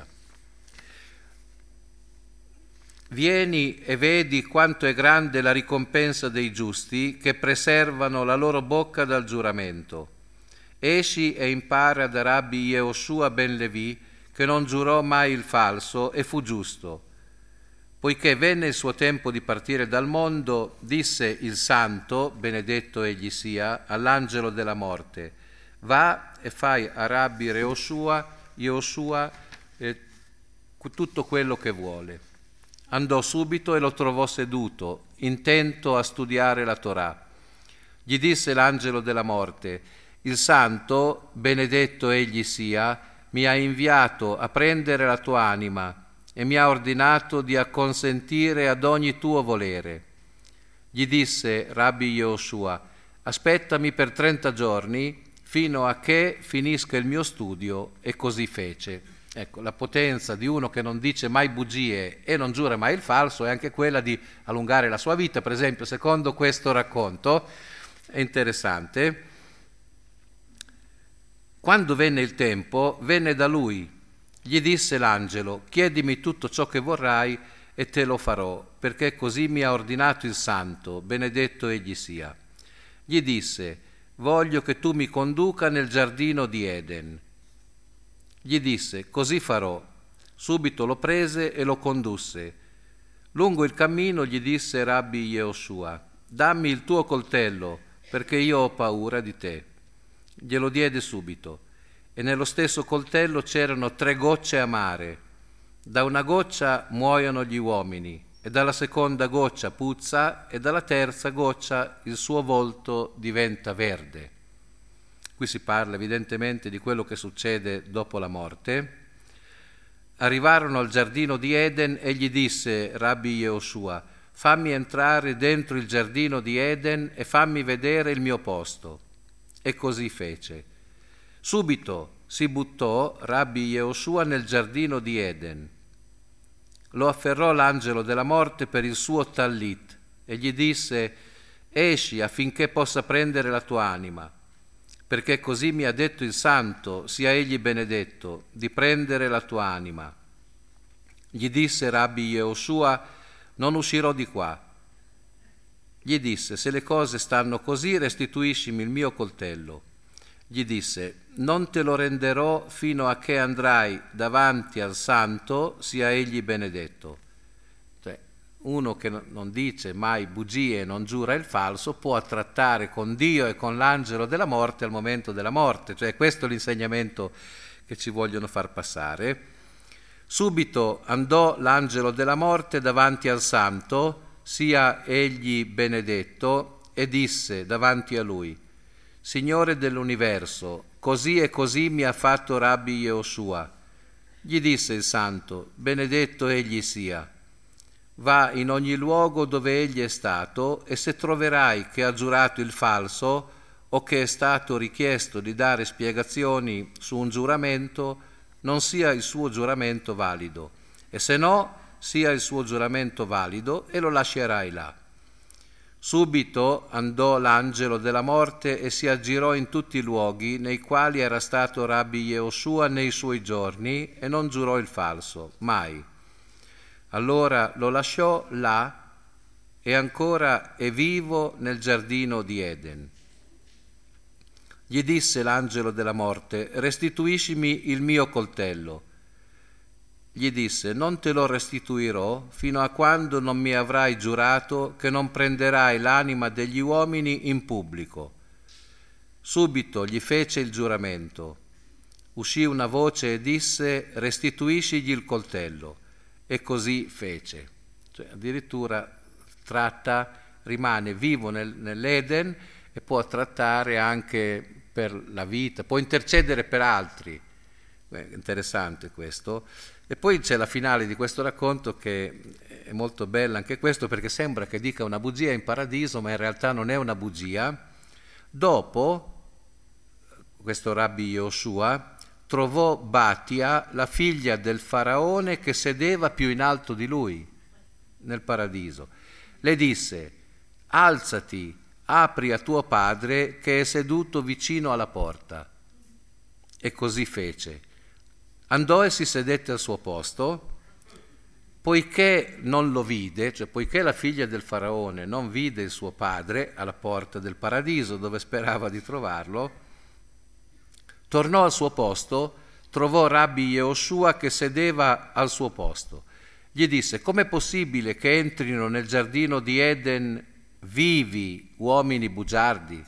Vieni e vedi quanto è grande la ricompensa dei giusti che preservano la loro bocca dal giuramento. Esci e impara da Rabbi Yehoshua ben Levi, che non giurò mai il falso e fu giusto. Poiché venne il suo tempo di partire dal mondo, disse il santo, benedetto egli sia, all'angelo della morte: va e fai a Rabbi Yehoshua tutto quello che vuole. Andò subito e lo trovò seduto, intento a studiare la Torah. Gli disse l'angelo della morte: il santo, benedetto egli sia, mi ha inviato a prendere la tua anima e mi ha ordinato di acconsentire ad ogni tuo volere. Gli disse Rabbi Yehoshua: aspettami per 30 giorni fino a che finisca il mio studio, e così fece. Ecco, la potenza di uno che non dice mai bugie e non giura mai il falso è anche quella di allungare la sua vita. Per esempio, secondo questo racconto, è interessante, quando venne il tempo, venne da lui. Gli disse l'angelo: chiedimi tutto ciò che vorrai e te lo farò, perché così mi ha ordinato il santo, benedetto egli sia. Gli disse: voglio che tu mi conduca nel giardino di Eden. Gli disse: così farò. Subito lo prese e lo condusse. Lungo il cammino gli disse Rabbi Yehoshua: dammi il tuo coltello, perché io ho paura di te. Glielo diede subito, e nello stesso coltello c'erano 3 gocce amare. Da una goccia muoiono gli uomini, e dalla seconda goccia puzza, e dalla terza goccia il suo volto diventa verde. Qui si parla evidentemente di quello che succede dopo la morte. Arrivarono al giardino di Eden e gli disse Rabbi Yehoshua: fammi entrare dentro il giardino di Eden e fammi vedere il mio posto. E così fece. Subito si buttò Rabbi Yehoshua nel giardino di Eden. Lo afferrò l'angelo della morte per il suo tallit e gli disse: esci affinché possa prendere la tua anima, perché così mi ha detto il santo, sia egli benedetto, di prendere la tua anima. Gli disse Rabbi Yehoshua: non uscirò di qua. Gli disse: se le cose stanno così, restituiscimi il mio coltello. Gli disse: non te lo renderò fino a che andrai davanti al santo, sia egli benedetto. Cioè, uno che non dice mai bugie e non giura il falso può trattare con Dio e con l'angelo della morte al momento della morte. Cioè, questo è l'insegnamento che ci vogliono far passare. Subito andò l'angelo della morte davanti al santo, sia egli benedetto, e disse davanti a lui: Signore dell'universo, così e così mi ha fatto Rabbi Yehoshua. Gli disse il santo: benedetto egli sia. Va in ogni luogo dove egli è stato, e se troverai che ha giurato il falso o che è stato richiesto di dare spiegazioni su un giuramento, non sia il suo giuramento valido, e se no sia il suo giuramento valido, e lo lascerai là. Subito andò l'angelo della morte e si aggirò in tutti i luoghi nei quali era stato Rabbi Yehoshua nei suoi giorni, e non giurò il falso, mai. Allora lo lasciò là, e ancora è vivo nel giardino di Eden. Gli disse l'angelo della morte: restituiscimi il mio coltello. Gli disse: non te lo restituirò fino a quando non mi avrai giurato che non prenderai l'anima degli uomini in pubblico. Subito gli fece il giuramento. Uscì una voce e disse: restituiscigli il coltello. E così fece. Cioè, addirittura rimane vivo nell'Eden e può trattare anche per la vita, può intercedere per altri. Interessante questo. E poi c'è la finale di questo racconto, che è molto bella anche questo, perché sembra che dica una bugia in paradiso, ma in realtà non è una bugia. Dopo, questo Rabbi Yehoshua trovò Batia, la figlia del faraone che sedeva più in alto di lui nel paradiso. Le disse: alzati, apri a tuo padre che è seduto vicino alla porta. E così fece. Andò e si sedette al suo posto. Poiché non lo vide, cioè poiché la figlia del faraone non vide il suo padre alla porta del paradiso dove sperava di trovarlo, tornò al suo posto, trovò Rabbi Yehoshua che sedeva al suo posto. Gli disse: com'è possibile che entrino nel giardino di Eden vivi uomini bugiardi?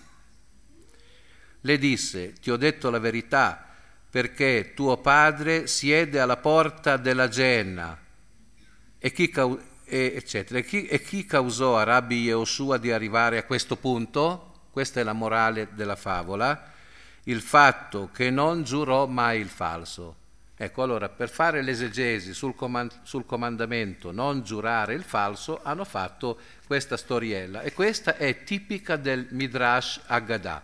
Le disse: ti ho detto la verità, perché tuo padre siede alla porta della Geenna, e chi eccetera. E chi causò a Rabbi Yehoshua di arrivare a questo punto? Questa è la morale della favola, il fatto che non giurò mai il falso. Ecco, allora, per fare l'esegesi sul comandamento non giurare il falso, hanno fatto questa storiella, e questa è tipica del Midrash Haggadah.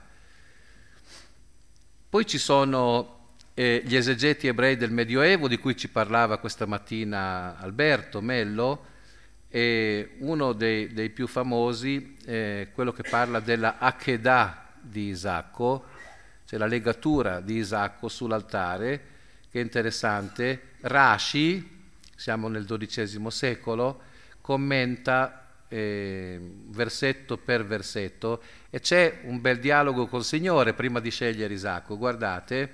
Poi ci sono gli esegeti ebrei del Medioevo, di cui ci parlava questa mattina Alberto Mello, e uno dei più famosi è quello che parla della Akedah di Isacco, cioè la legatura di Isacco sull'altare, che è interessante. Rashi, siamo nel XII secolo, commenta versetto per versetto, e c'è un bel dialogo col Signore prima di scegliere Isacco. Guardate,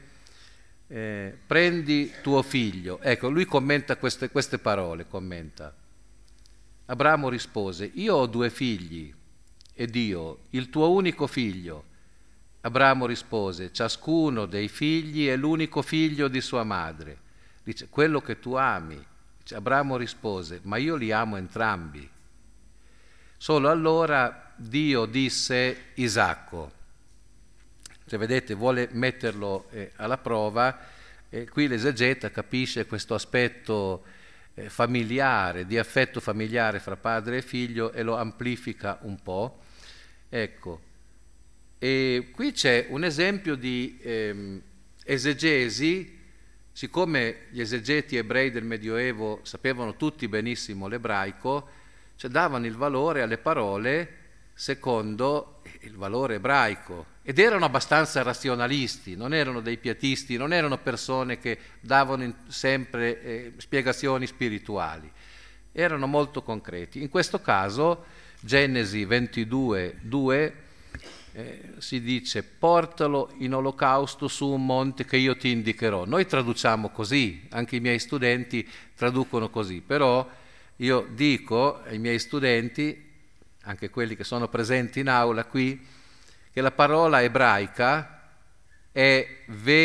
prendi tuo figlio. Ecco, lui commenta queste parole, commenta. Abramo rispose, io ho 2 figli, e Dio, il tuo unico figlio. Abramo rispose, ciascuno dei figli è l'unico figlio di sua madre. Dice, quello che tu ami. Dice, Abramo rispose, ma io li amo entrambi. Solo allora Dio disse Isacco. Cioè, vedete, vuole metterlo alla prova, e qui l'esegeta capisce questo aspetto familiare, di affetto familiare fra padre e figlio, e lo amplifica un po'. Ecco. E qui c'è un esempio di esegesi, siccome gli esegeti ebrei del Medioevo sapevano tutti benissimo l'ebraico, cioè davano il valore alle parole secondo il valore ebraico, ed erano abbastanza razionalisti, non erano dei pietisti, non erano persone che davano sempre spiegazioni spirituali, erano molto concreti. In questo caso, Genesi 22:2, si dice portalo in olocausto su un monte che io ti indicherò. Noi traduciamo così, anche i miei studenti traducono così, però io dico ai miei studenti, anche quelli che sono presenti in aula qui, che la parola ebraica è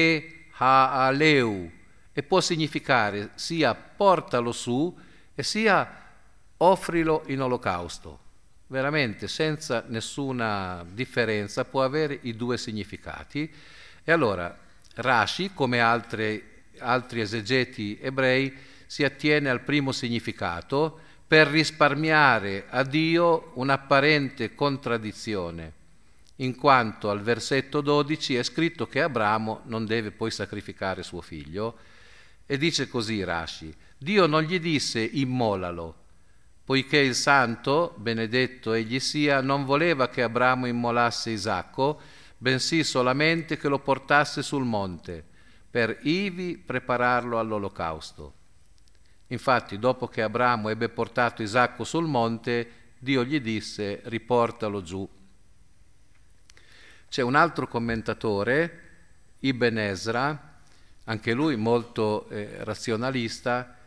ve-ha-aleu e può significare sia portalo su e sia offrilo in olocausto. Veramente senza nessuna differenza può avere i 2 significati. E allora Rashi, come altri esegeti ebrei, si attiene al primo significato per risparmiare a Dio un'apparente contraddizione, in quanto al versetto 12 è scritto che Abramo non deve poi sacrificare suo figlio, e dice così Rashi, Dio non gli disse immolalo, poiché il santo, benedetto egli sia, non voleva che Abramo immolasse Isacco, bensì solamente che lo portasse sul monte, per ivi prepararlo all'olocausto. Infatti, dopo che Abramo ebbe portato Isacco sul monte, Dio gli disse, riportalo giù. C'è un altro commentatore, Ibn Ezra, anche lui molto razionalista,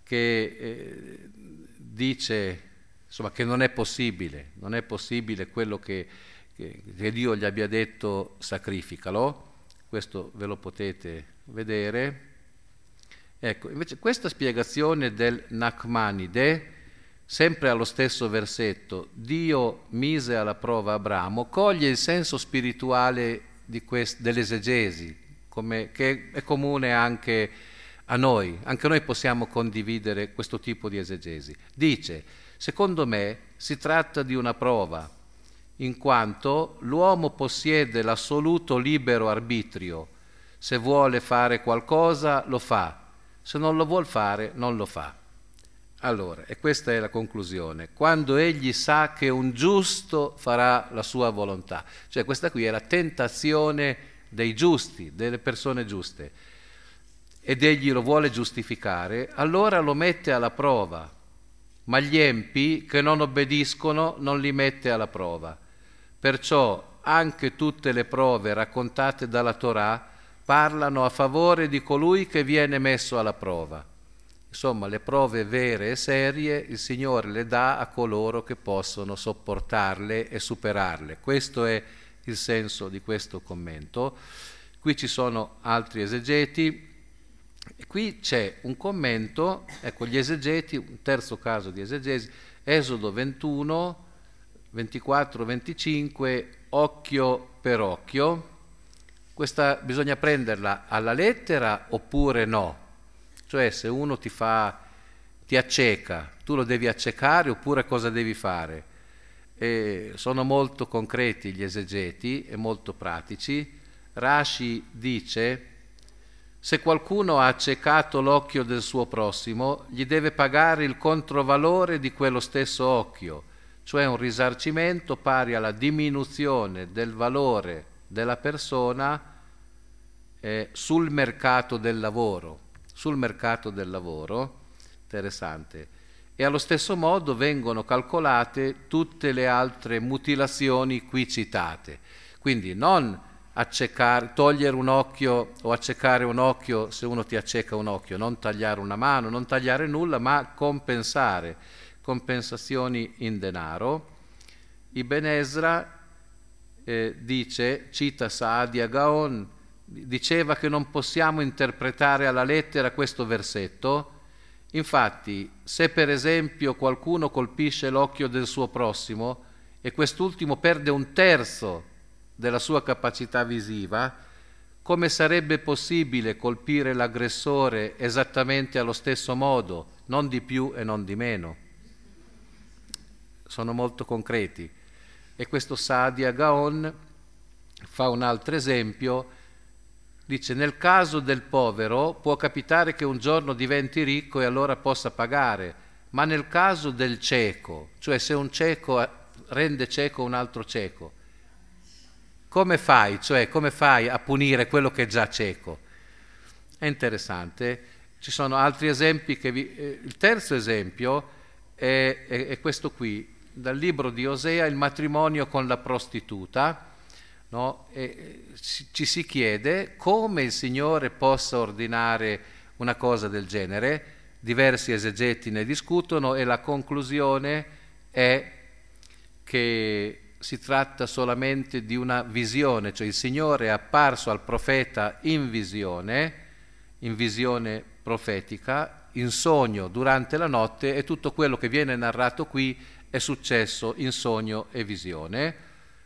che dice insomma, che non è possibile quello che Dio gli abbia detto sacrificalo. Questo ve lo potete vedere. Ecco, invece questa spiegazione del Nachmanide, sempre allo stesso versetto, Dio mise alla prova Abramo, coglie il senso spirituale dell'esegesi, che è comune anche a noi. Anche noi possiamo condividere questo tipo di esegesi. Dice, secondo me si tratta di una prova, in quanto l'uomo possiede l'assoluto libero arbitrio. Se vuole fare qualcosa, lo fa. Se non lo vuol fare, non lo fa. Allora, e questa è la conclusione, quando egli sa che un giusto farà la sua volontà. Cioè questa qui è la tentazione dei giusti, delle persone giuste, ed egli lo vuole giustificare, allora lo mette alla prova. Ma gli empi che non obbediscono non li mette alla prova. Perciò anche tutte le prove raccontate dalla Torah parlano a favore di colui che viene messo alla prova. Insomma, le prove vere e serie il Signore le dà a coloro che possono sopportarle e superarle. Questo è il senso di questo commento. Qui ci sono altri esegeti, qui c'è un commento, ecco gli esegeti, un terzo caso di esegesi, Esodo 21, 24, 25, occhio per occhio. Questa bisogna prenderla alla lettera oppure no? Cioè se uno ti acceca, tu lo devi accecare oppure cosa devi fare? Sono molto concreti gli esegeti e molto pratici. Rashi dice: se qualcuno ha accecato l'occhio del suo prossimo, gli deve pagare il controvalore di quello stesso occhio, cioè un risarcimento pari alla diminuzione del valore della persona sul mercato del lavoro. Sul mercato del lavoro, interessante. E allo stesso modo vengono calcolate tutte le altre mutilazioni qui citate. Quindi non accecare, togliere un occhio o accecare un occhio se uno ti acceca un occhio, non tagliare una mano, non tagliare nulla, ma compensare, compensazioni in denaro. Ibn Ezra dice, cita Saadia Gaon, diceva che non possiamo interpretare alla lettera questo versetto. Infatti, se per esempio qualcuno colpisce l'occhio del suo prossimo e quest'ultimo perde un terzo della sua capacità visiva, come sarebbe possibile colpire l'aggressore esattamente allo stesso modo, non di più e non di meno? Sono molto concreti. E questo Saadia Gaon fa un altro esempio, dice: nel caso del povero può capitare che un giorno diventi ricco e allora possa pagare, ma nel caso del cieco, cioè se un cieco rende cieco un altro cieco, come fai? Cioè come fai a punire quello che è già cieco? È interessante. Ci sono altri esempi il terzo esempio è questo qui, dal libro di Osea, il matrimonio con la prostituta, no? Ci si chiede come il Signore possa ordinare una cosa del genere. Diversi esegeti ne discutono e la conclusione è che si tratta solamente di una visione, cioè il Signore è apparso al profeta in visione profetica, in sogno durante la notte, e tutto quello che viene narrato qui è successo in sogno e visione.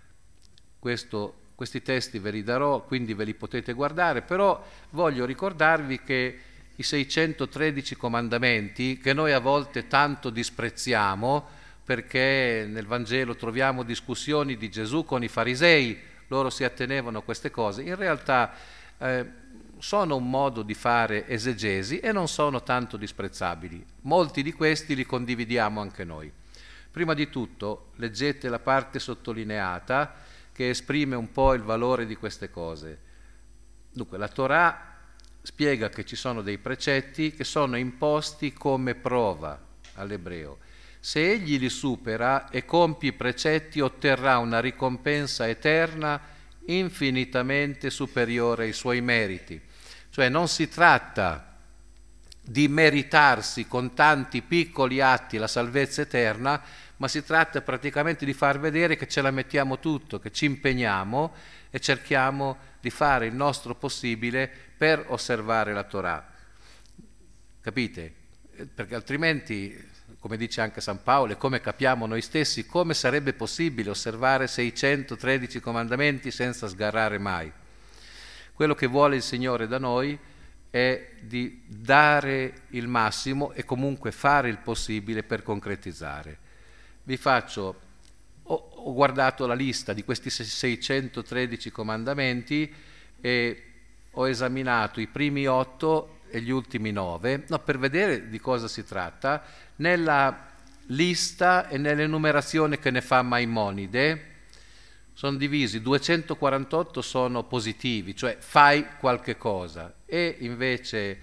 Questi testi ve li darò, quindi ve li potete guardare, però voglio ricordarvi che i 613 comandamenti, che noi a volte tanto disprezziamo, perché nel Vangelo troviamo discussioni di Gesù con i farisei, loro si attenevano a queste cose, in realtà sono un modo di fare esegesi e non sono tanto disprezzabili. Molti di questi li condividiamo anche noi. Prima di tutto leggete la parte sottolineata che esprime un po' il valore di queste cose. Dunque, la Torah spiega che ci sono dei precetti che sono imposti come prova all'ebreo. Se egli li supera e compie i precetti, otterrà una ricompensa eterna infinitamente superiore ai suoi meriti. Cioè non si tratta di meritarsi con tanti piccoli atti la salvezza eterna, ma si tratta praticamente di far vedere che ce la mettiamo tutto, che ci impegniamo e cerchiamo di fare il nostro possibile per osservare la Torah. Capite? Perché altrimenti, come dice anche San Paolo, e come capiamo noi stessi, come sarebbe possibile osservare 613 comandamenti senza sgarrare mai? Quello che vuole il Signore da noi è di dare il massimo e comunque fare il possibile per concretizzare. Vi faccio, ho guardato la lista di questi 613 comandamenti e ho esaminato i primi 8 e gli ultimi 9, per vedere di cosa si tratta. Nella lista e nell'enumerazione che ne fa Maimonide sono divisi, 248 sono positivi, cioè fai qualche cosa, e invece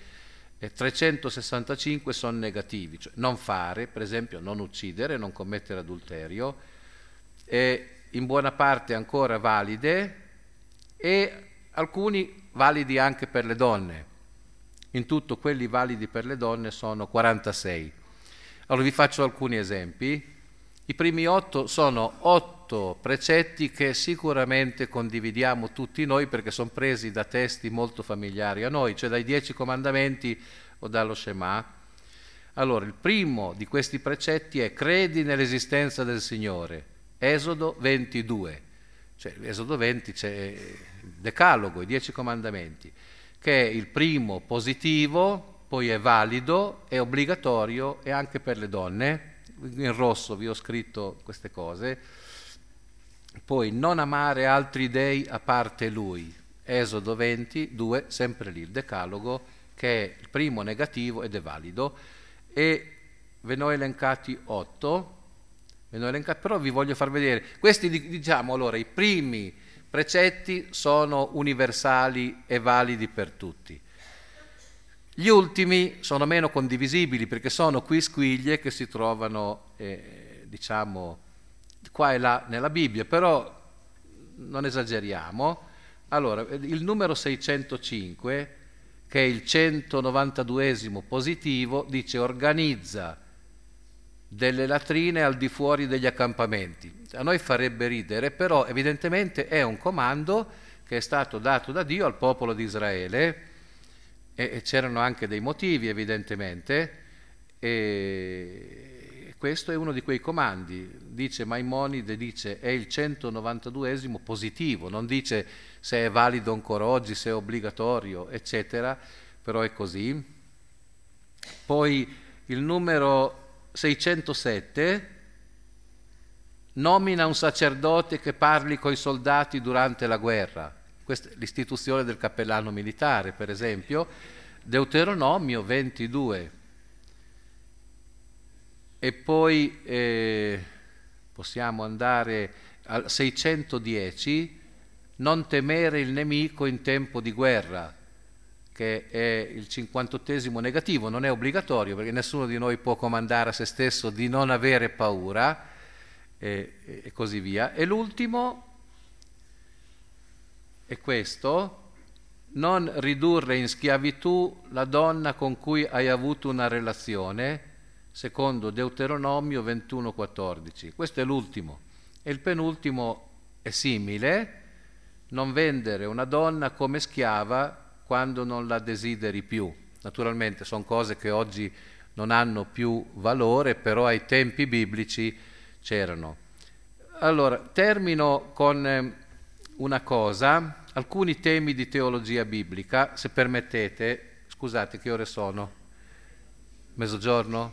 365 sono negativi, cioè non fare, per esempio non uccidere, non commettere adulterio, e in buona parte ancora valide, e alcuni validi anche per le donne. In tutto quelli validi per le donne sono 46. Allora vi faccio alcuni esempi. I primi 8 sono 8 8 precetti che sicuramente condividiamo tutti noi perché sono presi da testi molto familiari a noi, cioè dai 10 comandamenti o dallo Shema. Allora, il primo di questi precetti è: credi nell'esistenza del Signore, Esodo 22, cioè Esodo 20 c'è il Decalogo, i 10 comandamenti, che è il primo positivo, poi è valido, è obbligatorio e anche per le donne. In rosso vi ho scritto queste cose. Poi non amare altri dei a parte Lui, Esodo 22, sempre lì il Decalogo, che è il primo negativo ed è valido. E ve ne ho elencati 8, però vi voglio far vedere. Questi, diciamo, allora, i primi precetti sono universali e validi per tutti. Gli ultimi sono meno condivisibili perché sono quisquiglie che si trovano, diciamo, qua e là nella Bibbia, però non esageriamo. Allora, il numero 605, che è il 192esimo positivo, dice: organizza delle latrine al di fuori degli accampamenti. A noi farebbe ridere, però evidentemente è un comando che è stato dato da Dio al popolo di Israele, e c'erano anche dei motivi evidentemente, e questo è uno di quei comandi. Dice Maimonide, dice è il 192esimo positivo, non dice se è valido ancora oggi, se è obbligatorio, eccetera, però è così. Poi il numero 607 nomina un sacerdote che parli coi soldati durante la guerra. Questa è l'istituzione del cappellano militare, per esempio. Deuteronomio 22. E poi possiamo andare al 610, non temere il nemico in tempo di guerra, che è il 58esimo negativo, non è obbligatorio perché nessuno di noi può comandare a se stesso di non avere paura, e così via. E l'ultimo è questo: non ridurre in schiavitù la donna con cui hai avuto una relazione, secondo Deuteronomio 21,14. Questo è l'ultimo. E il penultimo è simile: non vendere una donna come schiava quando non la desideri più. Naturalmente sono cose che oggi non hanno più valore, però ai tempi biblici c'erano. Allora, termino con una cosa, alcuni temi di teologia biblica, se permettete. Scusate, che ore sono? Mezzogiorno?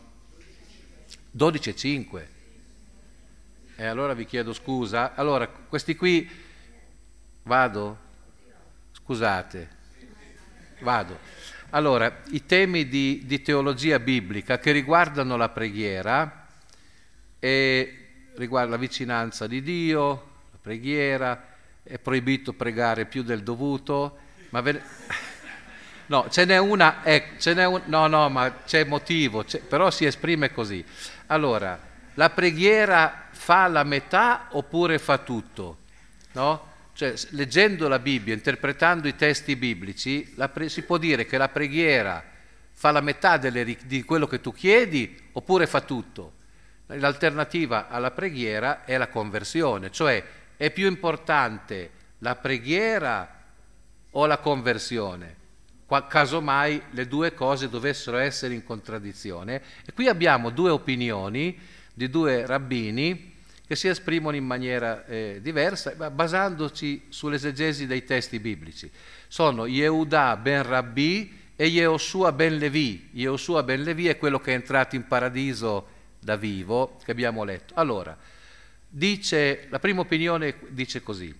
12:05. E allora vi chiedo scusa. Allora, questi qui, vado? Scusate, vado. Allora, i temi di teologia biblica che riguardano la preghiera e riguarda la vicinanza di Dio, la preghiera. È proibito pregare più del dovuto, ma no, ce n'è una, no, ma c'è motivo, però si esprime così. Allora, la preghiera fa la metà oppure fa tutto? No? Cioè, leggendo la Bibbia, interpretando i testi biblici, si può dire che la preghiera fa la metà di quello che tu chiedi oppure fa tutto. L'alternativa alla preghiera è la conversione, cioè è più importante la preghiera o la conversione? Casomai le due cose dovessero essere in contraddizione. E qui abbiamo due opinioni di due rabbini che si esprimono in maniera diversa, basandoci sull'esegesi dei testi biblici. Sono Yehuda ben Rabbi e Yehoshua ben Levi. Yehoshua ben Levi è quello che è entrato in paradiso da vivo, che abbiamo letto. Allora, la prima opinione dice così: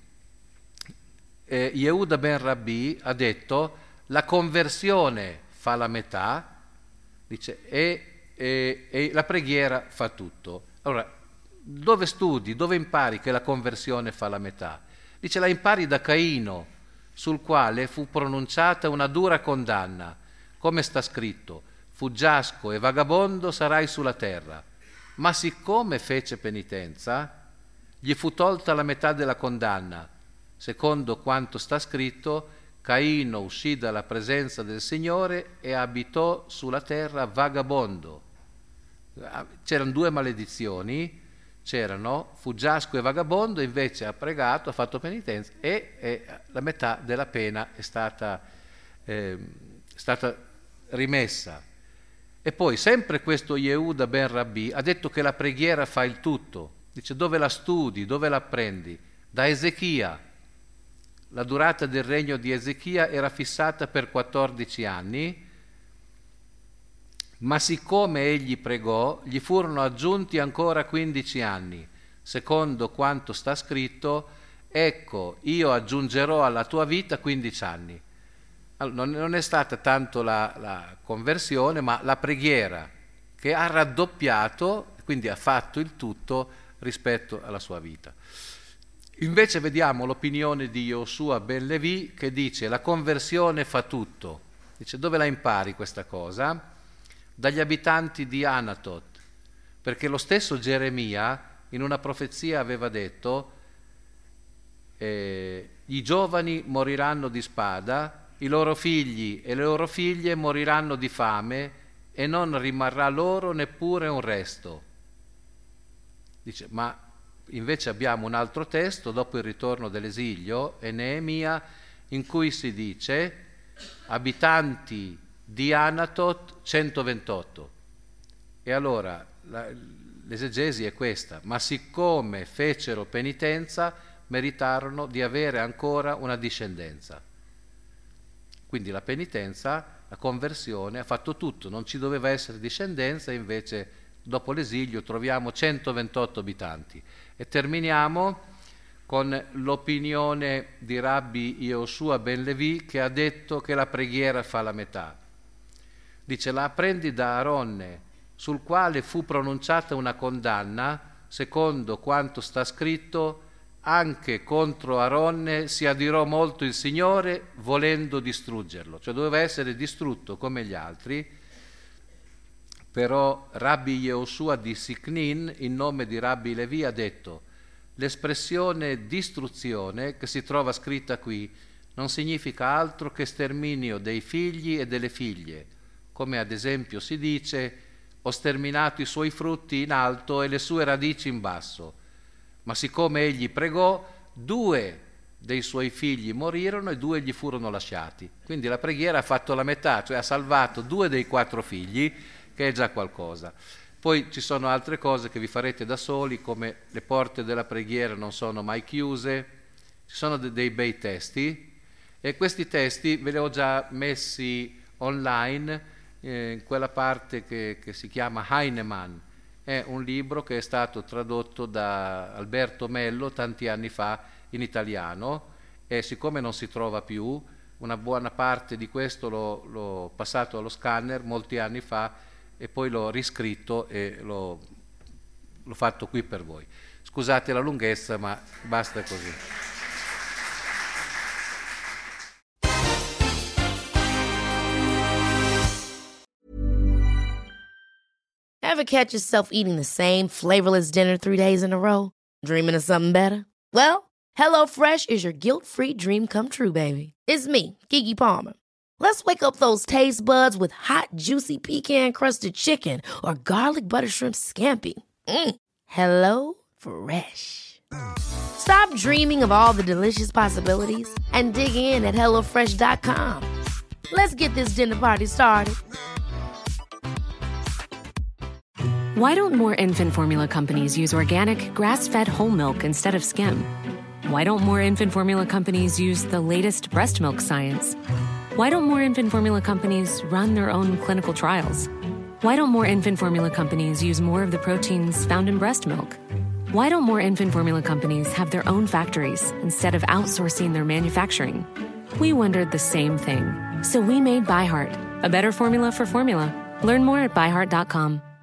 Yehuda ben Rabbi ha detto la conversione fa la metà, dice, e la preghiera fa tutto. Allora, dove studi, dove impari che la conversione fa la metà? Dice, la impari da Caino, sul quale fu pronunciata una dura condanna, come sta scritto: fuggiasco e vagabondo sarai sulla terra. Ma siccome fece penitenza, gli fu tolta la metà della condanna. Secondo quanto sta scritto, Caino uscì dalla presenza del Signore e abitò sulla terra vagabondo. C'erano due maledizioni, c'erano Fuggiasco e Vagabondo, invece ha pregato, ha fatto penitenza e la metà della pena è stata rimessa. E poi sempre questo Yehuda ben Rabbi ha detto che la preghiera fa il tutto. Dice: dove la studi, dove la apprendi? Da Ezechia. La durata del regno di Ezechia era fissata per 14 anni, ma siccome egli pregò, gli furono aggiunti ancora 15 anni, secondo quanto sta scritto: ecco, io aggiungerò alla tua vita 15 anni. Allora, non è stata tanto la conversione, ma la preghiera che ha raddoppiato, quindi ha fatto il tutto rispetto alla sua vita. Invece vediamo l'opinione di Yoshua ben Levi, che dice: la conversione fa tutto. Dice: dove la impari questa cosa? Dagli abitanti di Anatot, perché lo stesso Geremia in una profezia aveva detto: i giovani moriranno di spada, i loro figli e le loro figlie moriranno di fame e non rimarrà loro neppure un resto. Dice: ma invece abbiamo un altro testo dopo il ritorno dell'esilio, è Neemia, in cui si dice: abitanti di Anatot 128. E allora l'esegesi è questa: ma siccome fecero penitenza, meritarono di avere ancora una discendenza. Quindi la penitenza, la conversione ha fatto tutto, non ci doveva essere discendenza, invece dopo l'esilio troviamo 128 abitanti. E terminiamo con l'opinione di Rabbi Yehoshua ben Levi, che ha detto che la preghiera fa la metà. Dice: la apprendi da Aronne, sul quale fu pronunciata una condanna, secondo quanto sta scritto: anche contro Aronne si adirò molto il Signore, volendo distruggerlo. Cioè doveva essere distrutto come gli altri, però Rabbi Yehoshua di Siknin, in nome di Rabbi Levi, ha detto: l'espressione distruzione che si trova scritta qui non significa altro che sterminio dei figli e delle figlie, come ad esempio si dice: ho sterminato i suoi frutti in alto e le sue radici in basso. Ma siccome egli pregò, 2 dei suoi figli morirono e 2 gli furono lasciati. Quindi la preghiera ha fatto la metà, cioè ha salvato 2 dei 4 figli, che è già qualcosa. Poi ci sono altre cose che vi farete da soli, come le porte della preghiera non sono mai chiuse. Ci sono dei bei testi, e questi testi ve li ho già messi online in quella parte che si chiama Heinemann. È un libro che è stato tradotto da Alberto Mello tanti anni fa in italiano, e siccome non si trova più, una buona parte di questo l'ho passato allo scanner molti anni fa e poi l'ho riscritto e l'ho fatto qui per voi. Scusate la lunghezza, ma basta così. Ever catch yourself eating the same flavorless dinner 3 days in a row? Dreaming of something better? Well, HelloFresh is your guilt-free dream come true, baby. It's me, Keke Palmer. Let's wake up those taste buds with hot, juicy pecan-crusted chicken or garlic butter shrimp scampi. Hello Fresh. Stop dreaming of all the delicious possibilities and dig in at HelloFresh.com. Let's get this dinner party started. Why don't more infant formula companies use organic, grass-fed whole milk instead of skim? Why don't more infant formula companies use the latest breast milk science? Why don't more infant formula companies run their own clinical trials? Why don't more infant formula companies use more of the proteins found in breast milk? Why don't more infant formula companies have their own factories instead of outsourcing their manufacturing? We wondered the same thing. So we made ByHeart, a better formula for formula. Learn more at byheart.com.